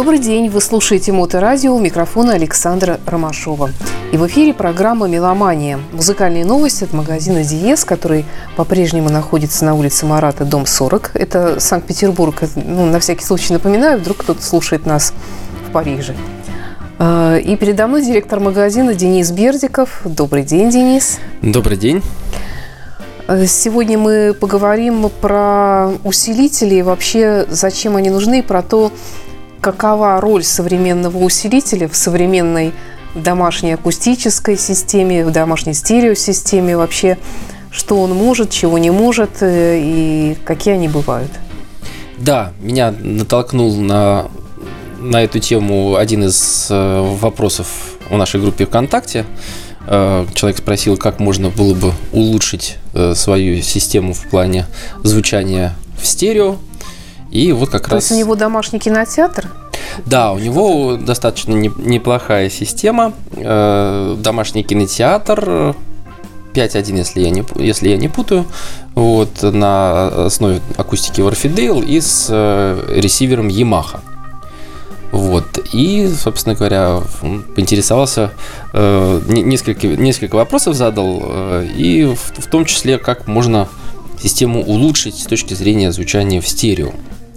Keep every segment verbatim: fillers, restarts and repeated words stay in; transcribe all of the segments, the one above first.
Добрый день, вы слушаете Моторадио, у микрофона Александра Ромашова. И в эфире программа «Меломания». Музыкальные новости от магазина «Диез», который по-прежнему находится на улице Марата, дом сорок. Это Санкт-Петербург. Ну, на всякий случай напоминаю, вдруг кто-то слушает нас в Париже. И передо мной директор магазина Денис Бердиков. Добрый день, Денис. Добрый день. Сегодня мы поговорим про усилители и вообще, зачем они нужны, и про то, какова роль современного усилителя в современной домашней акустической системе, в домашней стереосистеме, вообще, что он может, чего не может и какие они бывают. Да, меня натолкнул на, на эту тему один из э, вопросов в нашей группе ВКонтакте. Э, человек спросил, как можно было бы улучшить э, свою систему в плане звучания в стерео. И вот как То раз... есть у него домашний кинотеатр? Да, у него достаточно не, неплохая система. Э, домашний кинотеатр пять один, если я не, если я не путаю. Вот, на основе акустики Orfidale и с э, ресивером Yamaha. Вот. И, собственно говоря, поинтересовался, э, несколько, несколько вопросов задал, э, и в, в том числе, как можно систему улучшить с точки зрения звучания в стерео.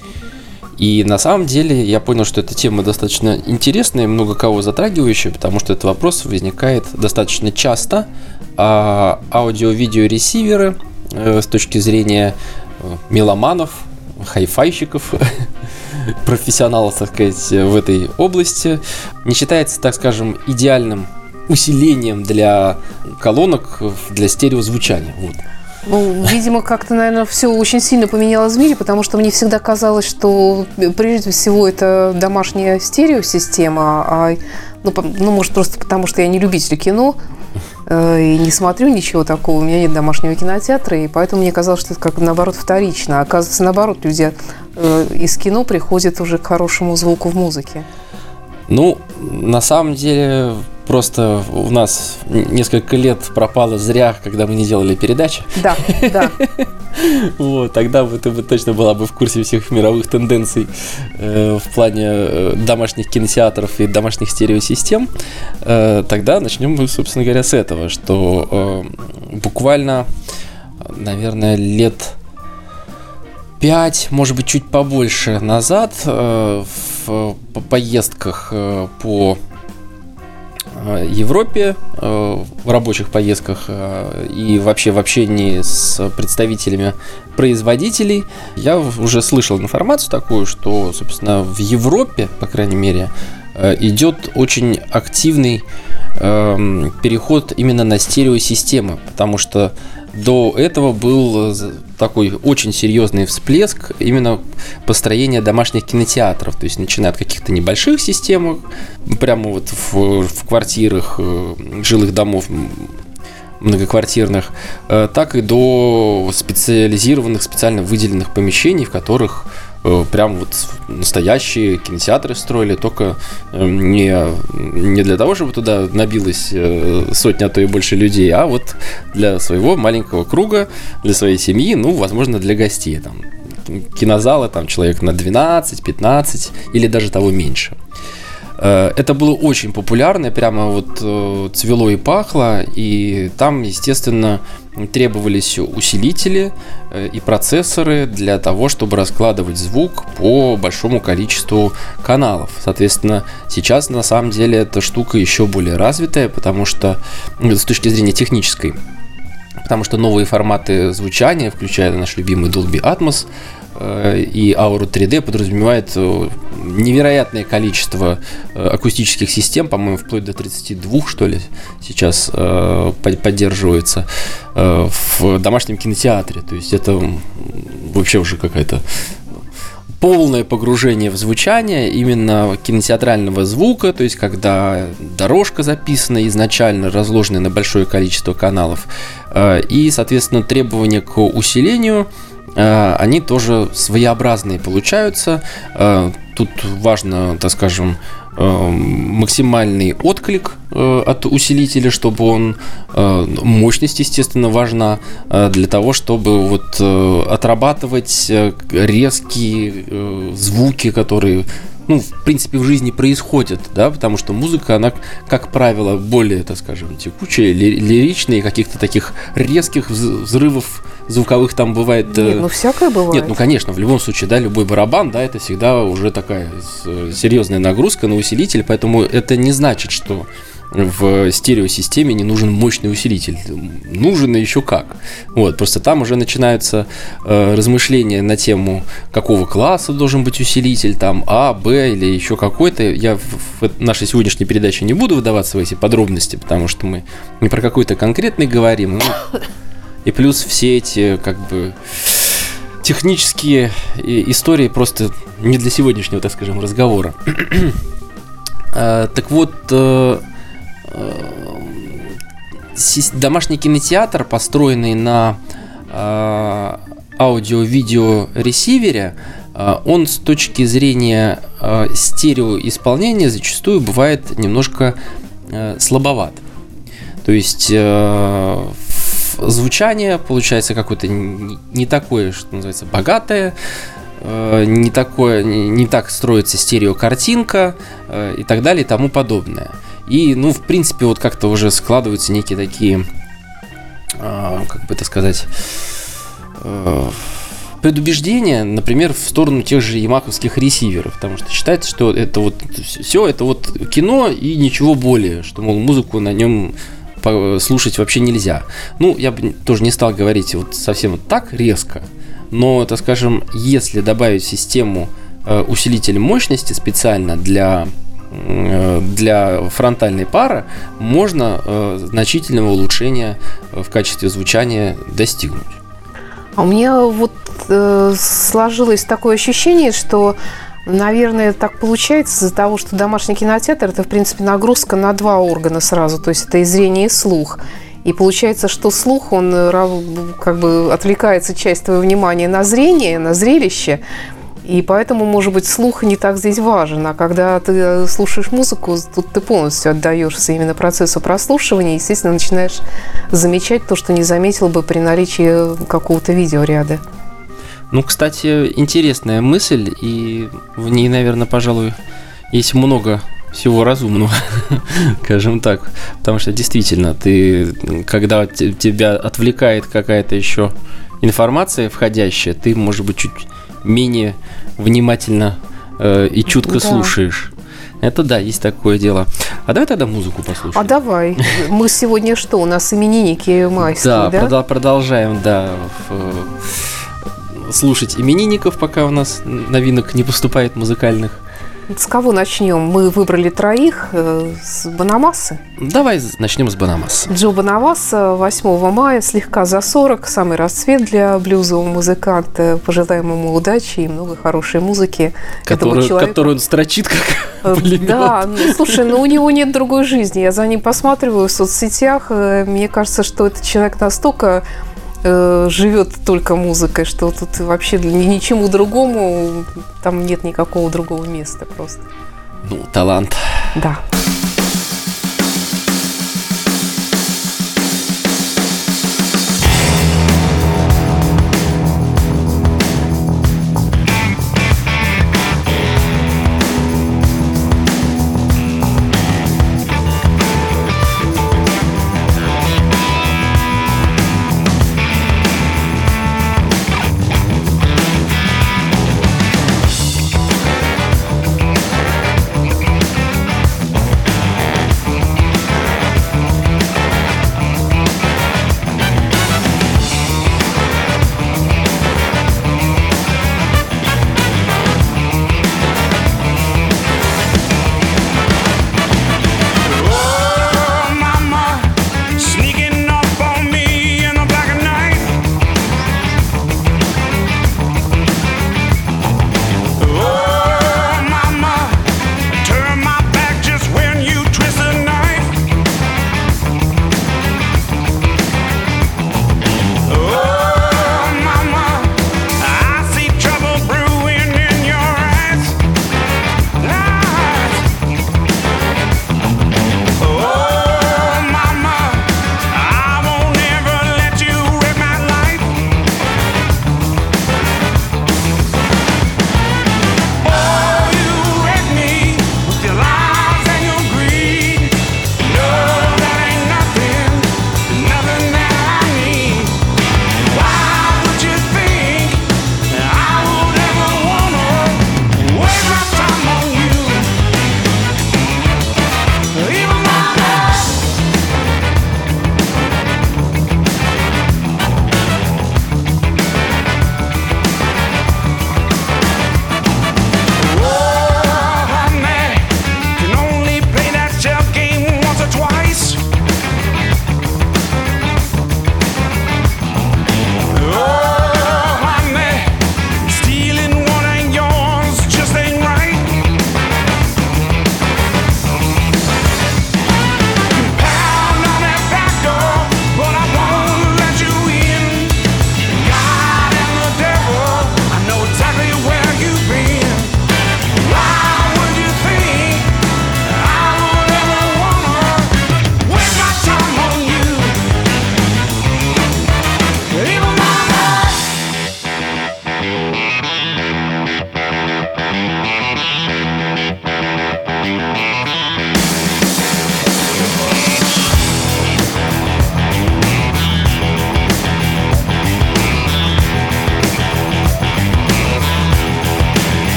И на самом деле я понял, что эта тема достаточно интересная и много кого затрагивающая, потому что этот вопрос возникает достаточно часто. А аудио-видео-ресиверы э, с точки зрения э, меломанов, хай-файщиков, профессионалов, так сказать, в этой области, не считается, так скажем, идеальным усилением для колонок, для стереозвучания. Вот. Ну, видимо, как-то, наверное, все очень сильно поменялось в мире, потому что мне всегда казалось, что прежде всего это домашняя стереосистема, а, ну, по, ну, может, просто потому что я не любитель кино э, и не смотрю ничего такого, у меня нет домашнего кинотеатра, и поэтому мне казалось, что это как наоборот вторично. А оказывается, наоборот, люди э, из кино приходят уже к хорошему звуку в музыке. Ну, на самом деле, просто у нас несколько лет пропало зря, когда мы не делали передачи. Да, да. Вот, тогда бы ты бы точно была бы в курсе всех мировых тенденций э, в плане э, домашних кинотеатров и домашних стереосистем. Э, тогда начнем мы, собственно говоря, с этого, что э, буквально, наверное, лет пять, может быть, чуть побольше назад э, в по поездках э, по Европе, э, в рабочих поездках э, и вообще в общении с представителями производителей, я уже слышал информацию такую, что, собственно, в Европе, по крайней мере, э, идет очень активный э, переход именно на стереосистемы, потому что до этого был такой очень серьезный всплеск именно построения домашних кинотеатров. То есть, начиная от каких-то небольших систем, прямо вот в, в квартирах жилых домов многоквартирных, так и до специализированных, специально выделенных помещений, в которых прям вот настоящие кинотеатры строили, только не, не для того, чтобы туда набилось сотня, а то и больше людей, а вот для своего маленького круга, для своей семьи, ну, возможно, для гостей. Там, кинозалы, там, человек на двенадцать-пятнадцать или даже того меньше. Это было очень популярно, прямо вот цвело и пахло, и там, естественно, требовались усилители и процессоры для того, чтобы раскладывать звук по большому количеству каналов. Соответственно, сейчас на самом деле эта штука еще более развитая, потому что с точки зрения технической, потому что новые форматы звучания, включая наш любимый Dolby Atmos и Auro три дэ, подразумевает невероятное количество акустических систем, по-моему, вплоть до тридцати двух, что ли, сейчас поддерживается в домашнем кинотеатре. То есть это вообще уже какая-то полное погружение в звучание именно кинотеатрального звука, то есть когда дорожка записана изначально, разложенная на большое количество каналов, и, соответственно, требования к усилению, они тоже своеобразные получаются. Тут важно, так скажем, максимальный отклик от усилителя, чтобы он, мощность, естественно, важна для того, чтобы вот отрабатывать резкие звуки, которые ну, в принципе, в жизни происходят, да, потому что музыка, она, как правило, более, так скажем, текучая, лиричная, каких-то таких резких взрывов звуковых там бывает. Нет, ну, всякое бывает. Нет, ну, конечно, в любом случае, да, любой барабан, да, это всегда уже такая серьезная нагрузка на усилитель, поэтому это не значит, что в стереосистеме не нужен мощный усилитель. Нужен и еще как. Вот, просто там уже начинаются э, размышления на тему, какого класса должен быть усилитель, там А, Б или еще какой-то. Я в, в нашей сегодняшней передаче не буду выдаваться в эти подробности, потому что мы не про какой-то конкретный говорим. Ну, и плюс все эти, как бы, технические истории просто не для сегодняшнего, так скажем, разговора. Так вот, домашний кинотеатр, построенный на э, аудио-видео-ресивере, э, он с точки зрения э, стереоисполнения зачастую бывает немножко э, слабоват. То есть э, звучание получается какое-то не, не такое, что называется, богатое, э, не, такое, не, не так строится стереокартинка э, и так далее и тому подобное. И, ну, в принципе, вот как-то уже складываются некие такие, э, как бы это сказать, э, предубеждения, например, в сторону тех же ямаховских ресиверов, потому что считается, что это вот все, это вот кино и ничего более, что, мол, музыку на нем слушать вообще нельзя. Ну, я бы тоже не стал говорить вот совсем вот так резко, но, так скажем, если добавить в систему э, усилитель мощности специально для для фронтальной пары, можно э, значительного улучшения в качестве звучания достигнуть. А у меня вот э, сложилось такое ощущение, что, наверное, так получается из-за того, что домашний кинотеатр – это, в принципе, нагрузка на два органа сразу, то есть это и зрение, и слух. И получается, что слух, он как бы отвлекается часть твоего внимания на зрение, на зрелище, и поэтому, может быть, слух не так здесь важен. А когда ты слушаешь музыку, тут ты полностью отдаешься именно процессу прослушивания и, естественно, начинаешь замечать то, что не заметил бы при наличии какого-то видеоряда. Ну, кстати, интересная мысль, и в ней, наверное, пожалуй, есть много всего разумного, скажем так. Потому что действительно, ты, когда тебя отвлекает какая-то еще информация входящая, ты, может быть, чуть менее внимательно э, и чутко да. слушаешь. Это да, есть такое дело. А давай тогда музыку послушаем. А давай. Мы сегодня что? У нас именинники майские, да? Да, продол- продолжаем, да, в, слушать именинников, пока у нас новинок не поступает музыкальных. С кого начнем? Мы выбрали троих, э, с Бонамассы. Давай начнем с Бонамассы. Джо Бонамасса, восьмого мая, слегка за сорок, самый расцвет для блюзового музыканта. Пожелаем ему удачи и много хорошей музыки. Которую, которую он строчит как пулемет. Да, ну, слушай, ну у него нет другой жизни. Я за ним посматриваю в соцсетях. Мне кажется, что этот человек настолько живет только музыкой, что тут вообще ничему другому там нет никакого другого места просто. Ну, талант. Да.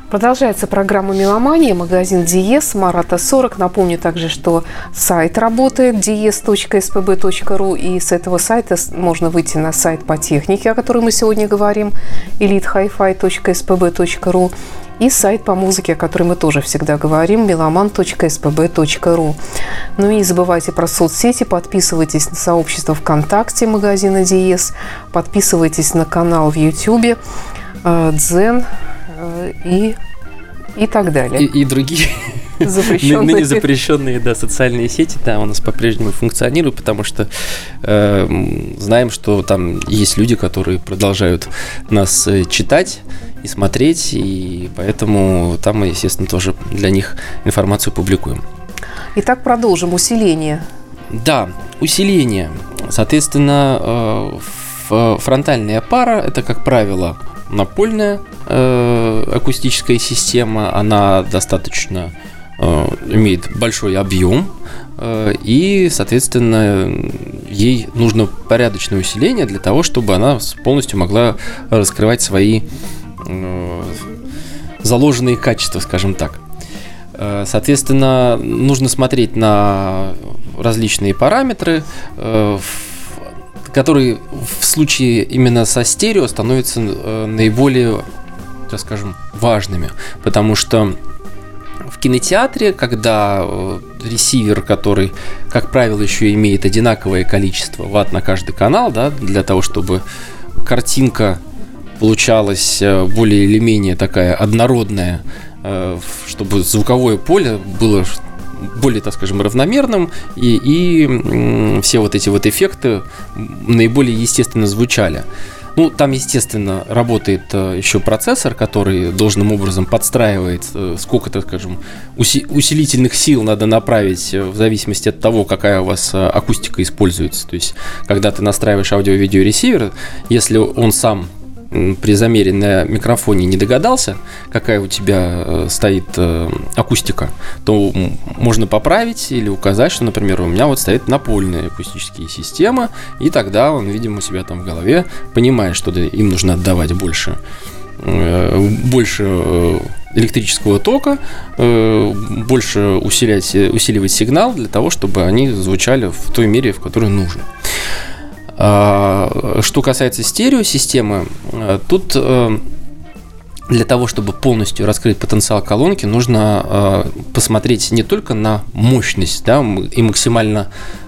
Продолжается программа «Меломания», магазин Диез, Марата сорок. Напомню также, что сайт работает диез точка эс пэ бэ точка ру, и с этого сайта можно выйти на сайт по технике, о которой мы сегодня говорим, элит хай фай точка эс пэ бэ точка ру, и сайт по музыке, о которой мы тоже всегда говорим, меломан точка эс пэ бэ точка ру. Ну и не забывайте про соцсети, подписывайтесь на сообщество ВКонтакте магазина Диез, подписывайтесь на канал в Ютубе, Дзен и, и так далее. И, и другие запрещенные. Ныне запрещенные, да, социальные сети, да, у нас по-прежнему функционируют, потому что э, знаем, что там есть люди, которые продолжают нас читать и смотреть, и поэтому там мы, естественно, тоже для них информацию публикуем. Итак, продолжим. Усиление. Да, усиление. Соответственно, э, фронтальная пара – это, как правило, напольная э, акустическая система, она достаточно э, имеет большой объем, э, и, соответственно, ей нужно порядочное усиление для того, чтобы она полностью могла раскрывать свои э, заложенные качества, скажем так. Э, соответственно, нужно смотреть на различные параметры, э, которые в случае именно со стерео становятся э, наиболее, так скажем, важными. Потому что в кинотеатре, когда э, ресивер, который, как правило, еще имеет одинаковое количество ватт на каждый канал, да, для того, чтобы картинка получалась э, более или менее такая однородная, э, чтобы звуковое поле было более, так скажем, равномерным, и, и м, все вот эти вот эффекты наиболее естественно звучали. Ну, там, естественно, работает э, еще процессор, который должным образом подстраивает, э, сколько, так скажем, уси- усилительных сил надо направить э, в зависимости от того, какая у вас э, акустика используется. То есть, когда ты настраиваешь аудио-видеоресивер, если он сам при замере на микрофоне не догадался, какая у тебя стоит акустика, то можно поправить или указать, что, например, у меня вот стоят напольные акустические системы, и тогда он, видимо, у себя там в голове понимает, что им нужно отдавать больше, больше электрического тока, больше усилять, усиливать сигнал для того, чтобы они звучали в той мере, в которой нужно. Что касается стереосистемы, тут для того, чтобы полностью раскрыть потенциал колонки, нужно посмотреть не только на мощность, да, и максимально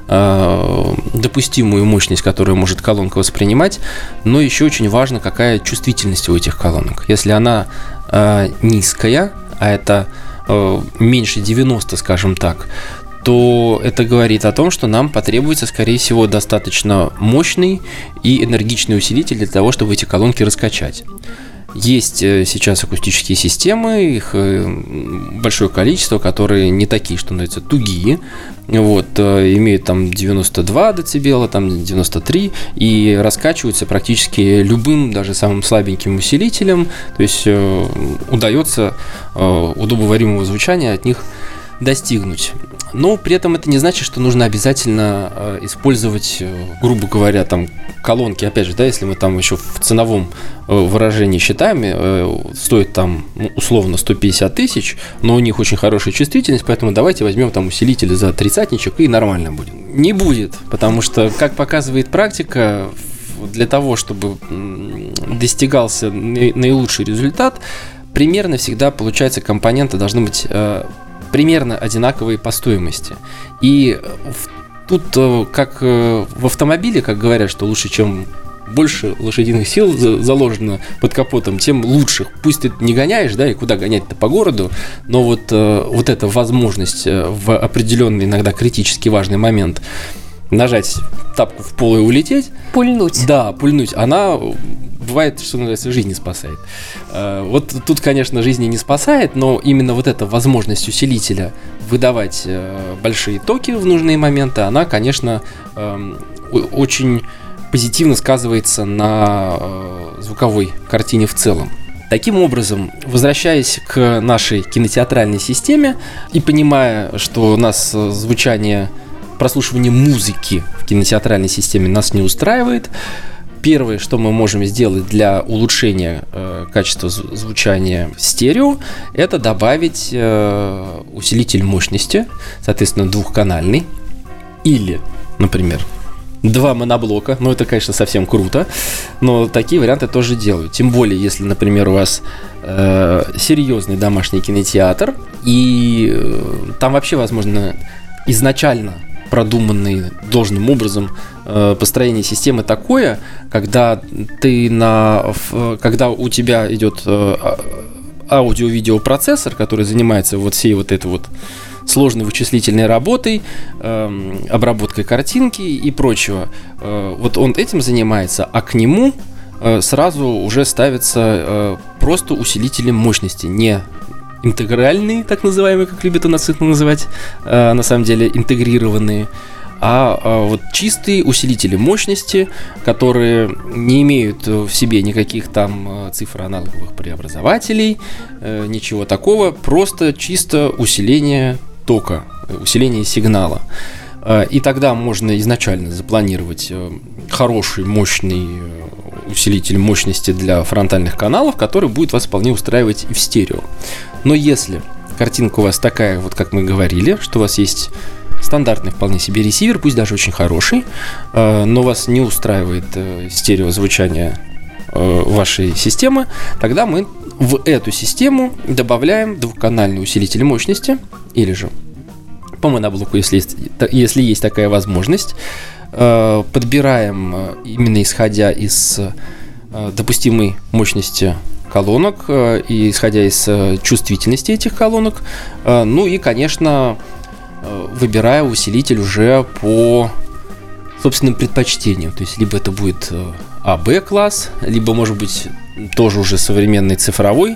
допустимую мощность, которую может колонка воспринимать, но еще очень важно, какая чувствительность у этих колонок. Если она низкая, а это меньше девяноста, скажем так, то это говорит о том, что нам потребуется, скорее всего, достаточно мощный и энергичный усилитель для того, чтобы эти колонки раскачать. Есть сейчас акустические системы, их большое количество, которые не такие, что называется, тугие, вот, имеют там девяносто два децибела, там девяносто три, и раскачиваются практически любым, даже самым слабеньким усилителем, то есть удается удобоваримого звучания от них достигнуть. Но при этом это не значит, что нужно обязательно э, использовать, э, грубо говоря, там колонки. Опять же, да, если мы там еще в ценовом э, выражении считаем, э, стоит там ну, условно сто пятьдесят тысяч, но у них очень хорошая чувствительность, поэтому давайте возьмем там усилитель за тридцатничек и нормально будет. Не будет, потому что, как показывает практика, для того, чтобы достигался наилучший результат, примерно всегда, получается, компоненты должны быть э, примерно одинаковые по стоимости. И тут, как в автомобиле, как говорят, что лучше, чем больше лошадиных сил заложено под капотом, тем лучше. Пусть ты не гоняешь, да, и куда гонять-то по городу, но вот, вот эта возможность в определенный, иногда критически важный момент нажать тапку в пол и улететь. Пульнуть. Да, пульнуть. Она бывает, что называется, жизни спасает. Вот тут, конечно, жизни не спасает, но именно вот эта возможность усилителя выдавать большие токи в нужные моменты, она, конечно, очень позитивно сказывается на звуковой картине в целом. Таким образом, возвращаясь к нашей кинотеатральной системе и понимая, что у нас звучание, прослушивание музыки в кинотеатральной системе нас не устраивает, первое, что мы можем сделать для улучшения э, качества зв- звучания стерео, это добавить э, усилитель мощности, соответственно, двухканальный, или, например, два моноблока. Ну, это, конечно, совсем круто, но такие варианты тоже делают. Тем более, если, например, у вас э, серьезный домашний кинотеатр, и э, там вообще, возможно, изначально продуманный должным образом э, построение системы такое, когда ты на, в, когда у тебя идет э, аудио-видеопроцессор, который занимается вот всей вот этой вот сложной вычислительной работой, э, обработкой картинки и прочего. Э, вот он этим занимается, а к нему э, сразу уже ставятся э, просто усилители мощности, не интегральные, так называемые, как любят у нас их называть, э, на самом деле интегрированные, а, а вот чистые усилители мощности, которые не имеют в себе никаких там цифроаналоговых преобразователей, э, ничего такого, просто чисто усиление тока, усиление сигнала. Э, и тогда можно изначально запланировать э, хороший, мощный усилитель мощности для фронтальных каналов, который будет вас вполне устраивать и в стерео. Но если картинка у вас такая, вот как мы говорили, что у вас есть стандартный вполне себе ресивер, пусть даже очень хороший, но вас не устраивает стереозвучание вашей системы, тогда мы в эту систему добавляем двухканальный усилитель мощности, или же по моноблоку, если есть, если есть такая возможность, подбираем именно исходя из допустимой мощности колонок и исходя из чувствительности этих колонок, ну и, конечно, выбирая усилитель уже по собственным предпочтениям. То есть либо это будет А Бэ класс, либо, может быть, тоже уже современный цифровой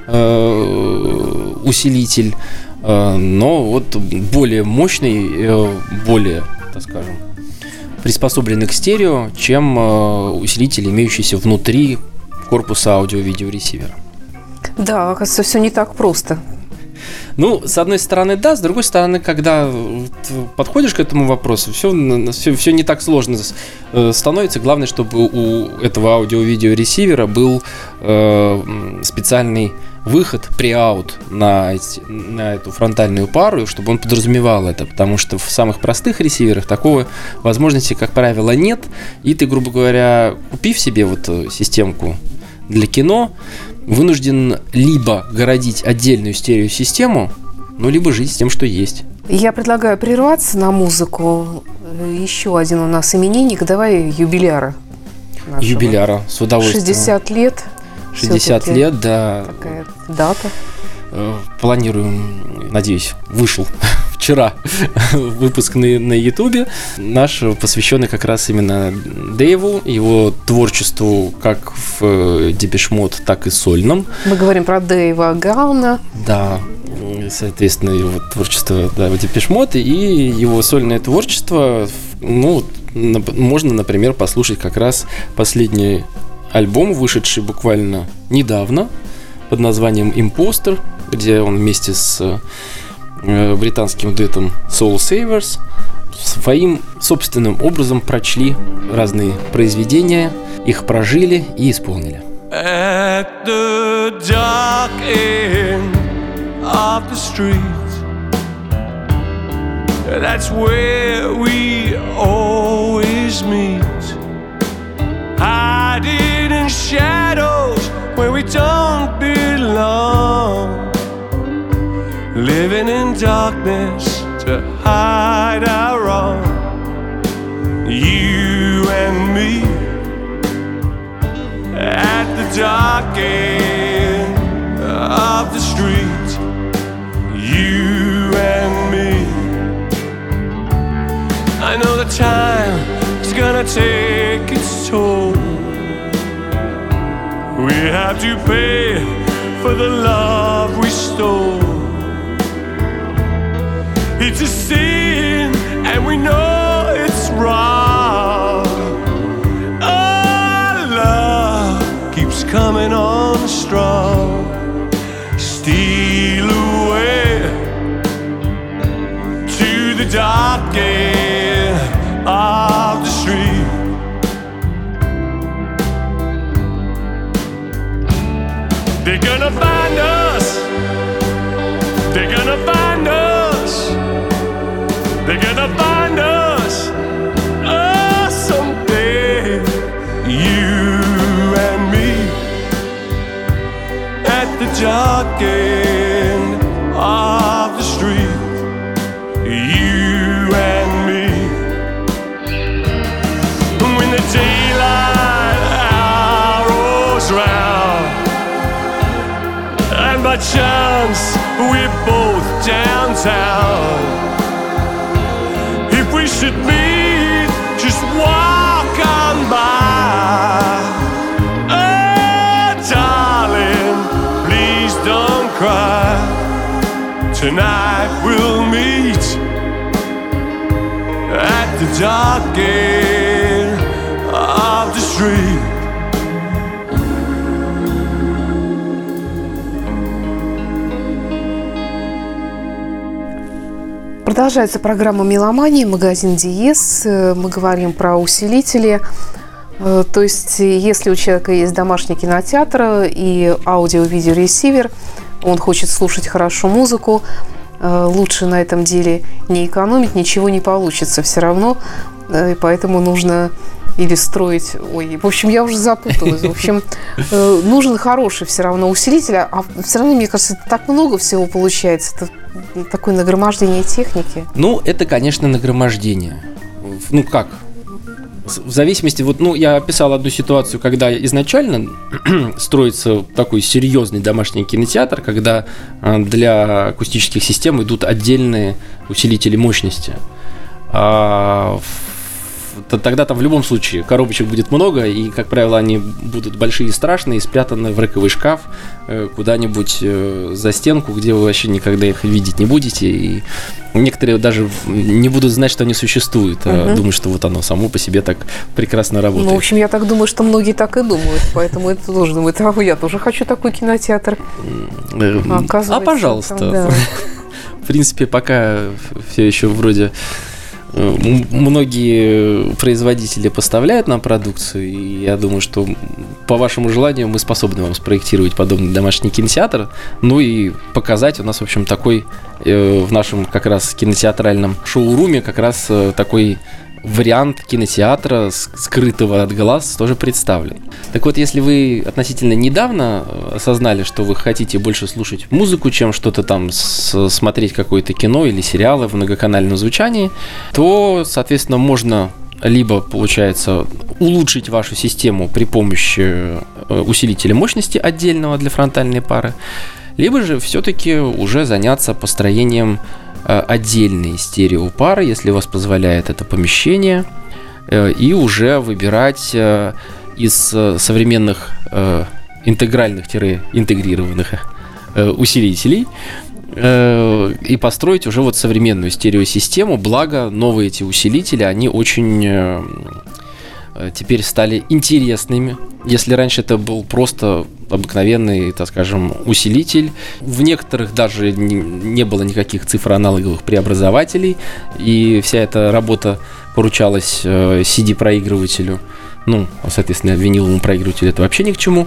усилитель, но вот более мощный, более, так скажем, приспособленный к стерео, чем усилитель, имеющийся внутри корпуса аудио-видеоресивера. Да, оказывается, все не так просто. Ну, с одной стороны, да, с другой стороны, когда подходишь к этому вопросу, все, все, все не так сложно становится. Главное, чтобы у этого аудио-видеоресивера был э, специальный выход, преаут на, на эту фронтальную пару, чтобы он подразумевал это, потому что в самых простых ресиверах такого возможности, как правило, нет, и ты, грубо говоря, купив себе вот системку для кино, вынужден либо городить отдельную стереосистему, ну, либо жить с тем, что есть. Я предлагаю прерваться на музыку. Еще один у нас именинник. Давай юбиляра. Нашего. Юбиляра, с удовольствием. шестьдесят лет. шестьдесят лет, да. Такая дата. Планируем, надеюсь, вышел вчера выпуск на, на Ютубе наш, посвященный как раз именно Дэйву, его творчеству как в Depeche Mode, так и сольном. Мы говорим про Дэйва Гауна. Да, соответственно, его творчество, да, в Depeche Mode и его сольное творчество, ну, можно, например, послушать как раз последний альбом, вышедший буквально недавно, под названием «Imposter», где он вместе с э, британским дуэтом Soul Savers своим собственным образом прочли разные произведения, их прожили и исполнили. At the dark end of the street, that's where we always meet, hiding in shadows where we don't belong, living in darkness to hide our wrong. You and me at the dark end of the street. You and me. I know the time is gonna take its toll. We have to pay for the love we stole. It's a sin and we know it's wrong. Our love keeps coming on strong. Steal away to the dark end of the street. They're gonna find us. They're gonna find us. They're gonna find us. Oh, someday, you and me at the dark end of the street. You and me. When the daylight hour rolls round, and by chance we're both downtown. If we should meet, just walk on by. Oh, darling, please don't cry. Tonight we'll meet at the dark end of the street. Продолжается программа «Меломания», магазин Диез. Мы говорим про усилители. То есть, если у человека есть домашний кинотеатр и аудио-видеоресивер, он хочет слушать хорошо музыку, лучше на этом деле не экономить, ничего не получится все равно. И поэтому нужно или строить... Ой, в общем, я уже запуталась. В общем, нужен хороший все равно усилитель, а все равно, мне кажется, так много всего получается. Это такое нагромождение техники. Ну, это, конечно, нагромождение. Ну, как? В зависимости, вот, ну, я описал одну ситуацию, когда изначально строится такой серьезный домашний кинотеатр, когда для акустических систем идут отдельные усилители мощности. А тогда там в любом случае коробочек будет много, и, как правило, они будут большие и страшные, спрятаны в рэковый шкаф куда-нибудь за стенку, где вы вообще никогда их видеть не будете, и некоторые даже не будут знать, что они существуют, а угу. думают, что вот оно само по себе так прекрасно работает. Ну, в общем, я так думаю, что многие так и думают, поэтому это тоже думают, а я тоже хочу такой кинотеатр. А, а пожалуйста. Там, да. В принципе, пока все еще вроде... Многие производители поставляют нам продукцию, и я думаю, что по вашему желанию мы способны вам спроектировать подобный домашний кинотеатр, ну и показать. У нас, в общем, такой э, в нашем как раз кинотеатральном шоуруме как раз э, такой вариант кинотеатра, скрытого от глаз, тоже представлен. Так вот, если вы относительно недавно осознали, что вы хотите больше слушать музыку, чем что-то там с- смотреть какое-то кино или сериалы в многоканальном звучании, то, соответственно, можно либо, получается, улучшить вашу систему при помощи усилителя мощности отдельного для фронтальной пары, либо же все-таки уже заняться построением отдельные стереопары, если вас позволяет это помещение, и уже выбирать из современных интегральных-интегрированных усилителей и построить уже вот современную стереосистему. Благо, новые эти усилители, они очень теперь стали интересными. Если раньше это был просто обыкновенный, так скажем, усилитель, в некоторых даже не было никаких цифроаналоговых преобразователей, и вся эта работа поручалась си ди-проигрывателю, ну, соответственно, виниловому проигрывателю это вообще ни к чему,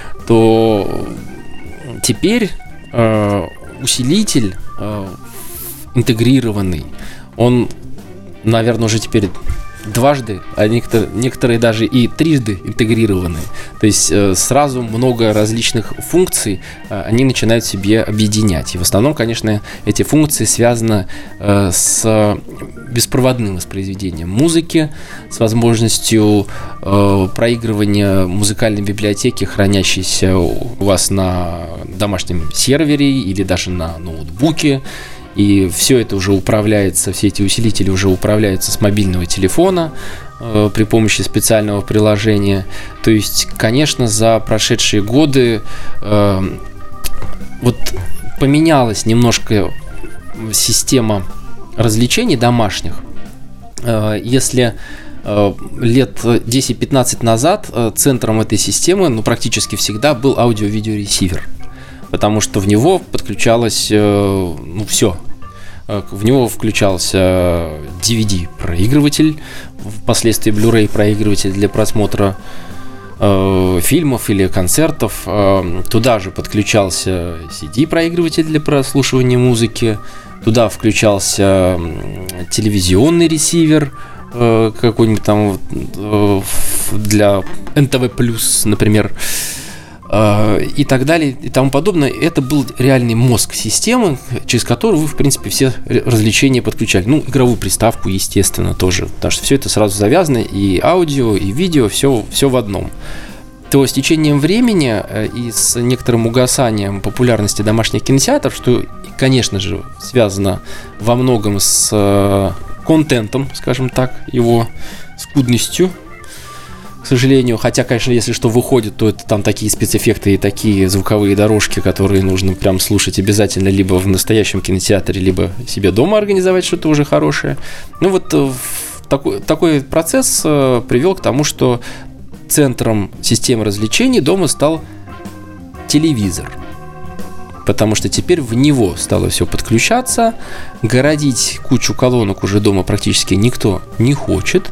то теперь э, усилитель э, интегрированный, он, наверное, уже теперь дважды, а некоторые, некоторые даже и трижды интегрированы. То есть э, сразу много различных функций э, они начинают себе объединять. И в основном, конечно, эти функции связаны э, с беспроводным воспроизведением музыки, с возможностью э, проигрывания музыкальной библиотеки, хранящейся у вас на домашнем сервере или даже на ноутбуке. И все это уже управляется, все эти усилители уже управляются с мобильного телефона э, при помощи специального приложения. То есть, конечно, за прошедшие годы э, вот поменялась немножко система развлечений домашних. Э, если э, лет десять-пятнадцать назад э, центром этой системы, ну, практически всегда был аудио-видеоресивер. Потому что в него подключалось э, ну, все. В него включался ди ви ди-проигрыватель, впоследствии Blu-ray проигрыватель для просмотра э, фильмов или концертов. Э, туда же подключался си ди-проигрыватель для прослушивания музыки, туда включался телевизионный ресивер, э, какой-нибудь там э, для эн тэ вэ плюс, например, и так далее, и тому подобное. Это был реальный мозг системы, через которую вы, в принципе, все развлечения подключали. Ну, игровую приставку, естественно, тоже, потому что все это сразу завязано, и аудио, и видео, все, все в одном. То с течением времени и с некоторым угасанием популярности домашних кинотеатров, что, конечно же, связано во многом с контентом, скажем так, его скудностью, к сожалению, хотя, конечно, если что выходит, то это там такие спецэффекты и такие звуковые дорожки, которые нужно прям слушать обязательно либо в настоящем кинотеатре, либо себе дома организовать что-то уже хорошее. Ну вот такой, такой процесс привел к тому, что центром системы развлечений дома стал телевизор. Потому что теперь в него стало все подключаться, городить кучу колонок уже дома практически никто не хочет,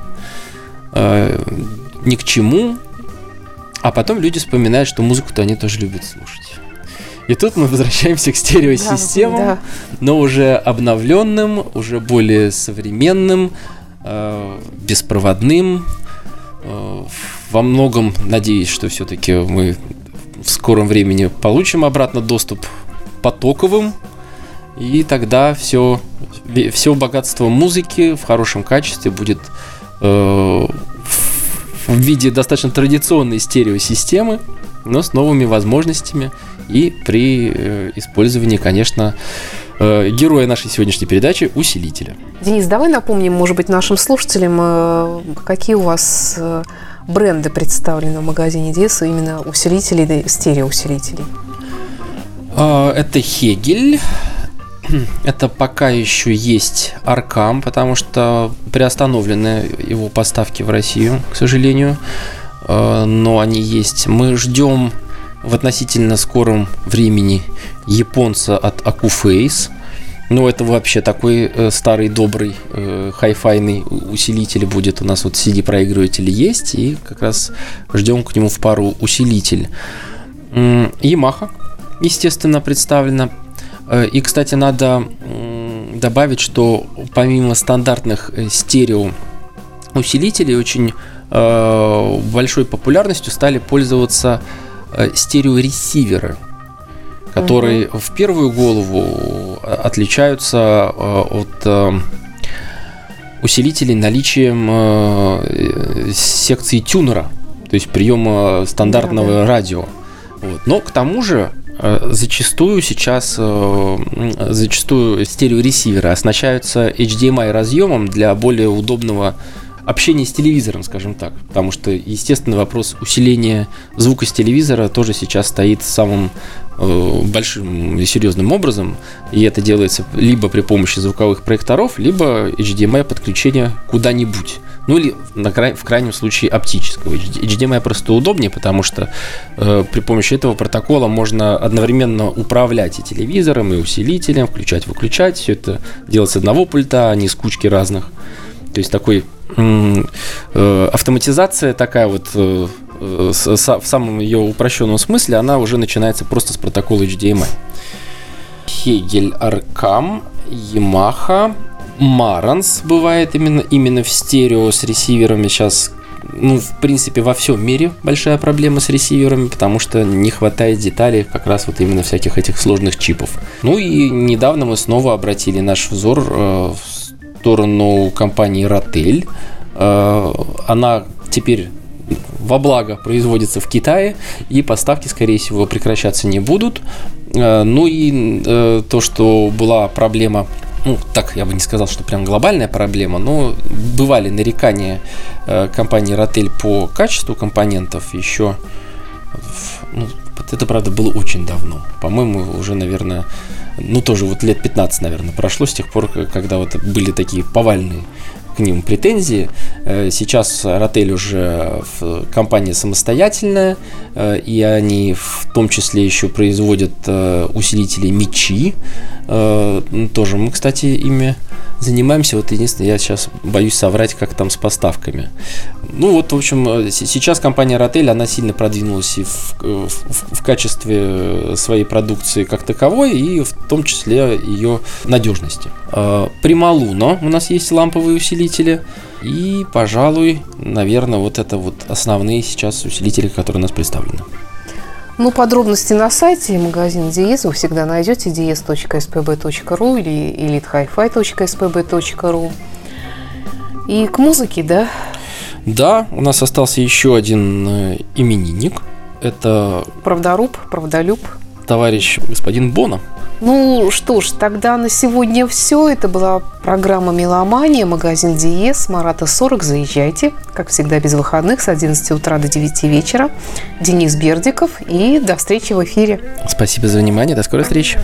ни к чему, а потом люди вспоминают, что музыку-то они тоже любят слушать. И тут мы возвращаемся к стереосистемам, да, да. но уже обновленным, уже более современным, э, беспроводным. Э, во многом надеюсь, что все-таки мы в скором времени получим обратно доступ потоковым, и тогда все, все богатство музыки в хорошем качестве будет э, в виде достаточно традиционной стереосистемы, но с новыми возможностями и при э, использовании, конечно, э, героя нашей сегодняшней передачи – усилителя. Денис, давай напомним, может быть, нашим слушателям, э, какие у вас э, бренды представлены в магазине Деса, именно усилителей, стереоусилителей. Э, это Hegel. Это пока еще есть Аркам, потому что приостановлены его поставки в Россию, к сожалению. Но они есть. Мы ждем в относительно скором времени японца от Acouphase. Ну, это вообще такой старый, добрый, хай-файный усилитель будет. У нас вот си ди-проигрыватели есть, и как раз ждем к нему в пару усилитель. Yamaha, естественно, представлена. И, кстати, надо добавить, что помимо стандартных стереоусилителей очень э, большой популярностью стали пользоваться э, стереоресиверы, которые uh-huh. в первую голову отличаются э, от э, усилителей наличием э, секции тюнера, то есть приема стандартного uh-huh. радио. Вот. Но к тому же зачастую сейчас зачастую стереоресиверы оснащаются эйч ди эм ай разъемом для более удобного общения с телевизором, скажем так. Потому что, естественно, вопрос усиления звука с телевизора тоже сейчас стоит самым большим и серьезным образом. И это делается либо при помощи звуковых проекторов, либо эйч ди эм ай подключения куда-нибудь. Ну или на край, в крайнем случае оптического. эйч ди эм ай просто удобнее, потому что э, при помощи этого протокола можно одновременно управлять и телевизором, и усилителем, включать-выключать. Все это делать с одного пульта, а не с кучки разных. То есть такой э, э, автоматизация такая вот э, э, с, с, в самом ее упрощенном смысле, она уже начинается просто с протокола эйч ди эм ай. Hegel, Arcam, Yamaha, Marantz бывает именно, именно в стерео с ресиверами. Сейчас, ну, в принципе, во всем мире большая проблема с ресиверами, потому что не хватает деталей как раз вот именно всяких этих сложных чипов. Ну и недавно мы снова обратили наш взор э, в сторону компании Ratel. Э, она теперь во благо производится в Китае, и поставки, скорее всего, прекращаться не будут. Э, ну и э, то, что была проблема, ну, так я бы не сказал, что прям глобальная проблема, но бывали нарекания э, компании Ratel по качеству компонентов еще, ну, это, правда, было очень давно. По-моему, уже, наверное, ну, тоже вот лет пятнадцать, наверное, прошло с тех пор, когда вот были такие повальные к ним претензии. Сейчас Ratel уже компания самостоятельная, и они в том числе еще производят усилители Мичи. Тоже мы, кстати, ими занимаемся. Вот единственное, я сейчас боюсь соврать, как там с поставками. Ну вот, в общем, сейчас компания Ratel, она сильно продвинулась и в, в, в качестве своей продукции как таковой, и в том числе ее надежности. Prima Luno у нас есть ламповые усилители, и, пожалуй, наверное, вот это вот основные сейчас усилители, которые у нас представлены. Ну, подробности на сайте магазина Диез вы всегда найдете диез точка эс пэ бэ точка ру или элит хай фай точка эс пэ бэ точка ру. И к музыке, да? Да, у нас остался еще один именинник. Это Правдоруб, правдолюб. Товарищ господин Боно. Ну что ж, тогда на сегодня все. Это была программа «Меломания», магазин Диез, Марата сорок. Заезжайте. Как всегда, без выходных с одиннадцати утра до девяти вечера. Денис Бердиков. И до встречи в эфире. Спасибо за внимание. До скорой встречи.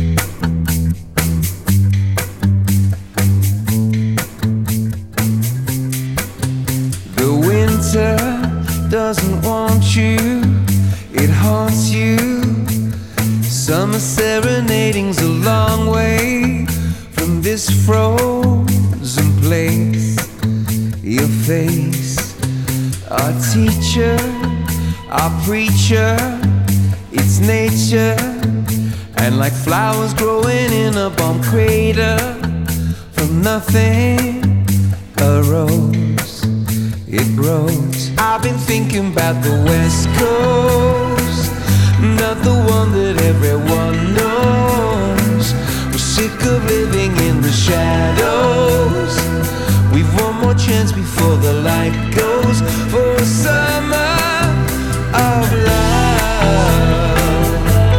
Doesn't want you, it haunts you. Summer serenading's a long way from this frozen place. Your face, our teacher, our preacher, it's nature. And like flowers growing in a bomb crater, from nothing arose, it grows. I've been thinking about the West Coast, not the one that everyone knows. We're sick of living in the shadows. We've one more chance before the light goes, for a summer of love.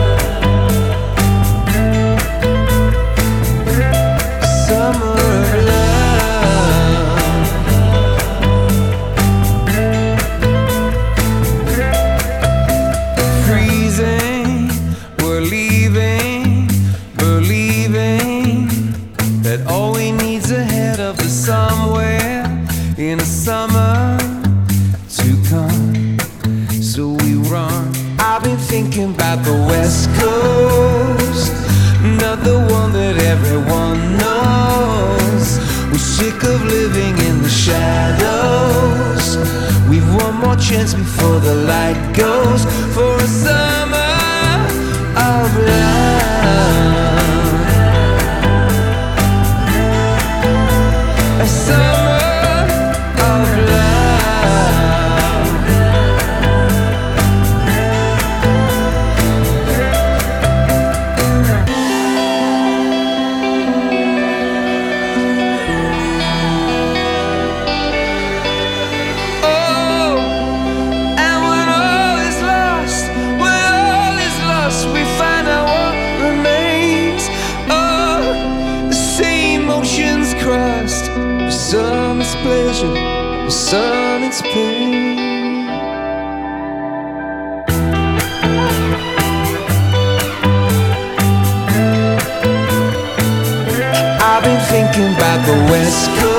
Summer of love. Somewhere in a summer to come, so we run. I've been thinking about the West Coast, not the one that everyone knows. We're sick of living in the shadows. We've one more chance before the light goes, for a summer of love. A summer of love. Oh, and when all is lost, when all is lost, we find out what remains. Oh, the same oceans crossed. Some it's pleasure, some it's pain. I've been thinking about the West Coast.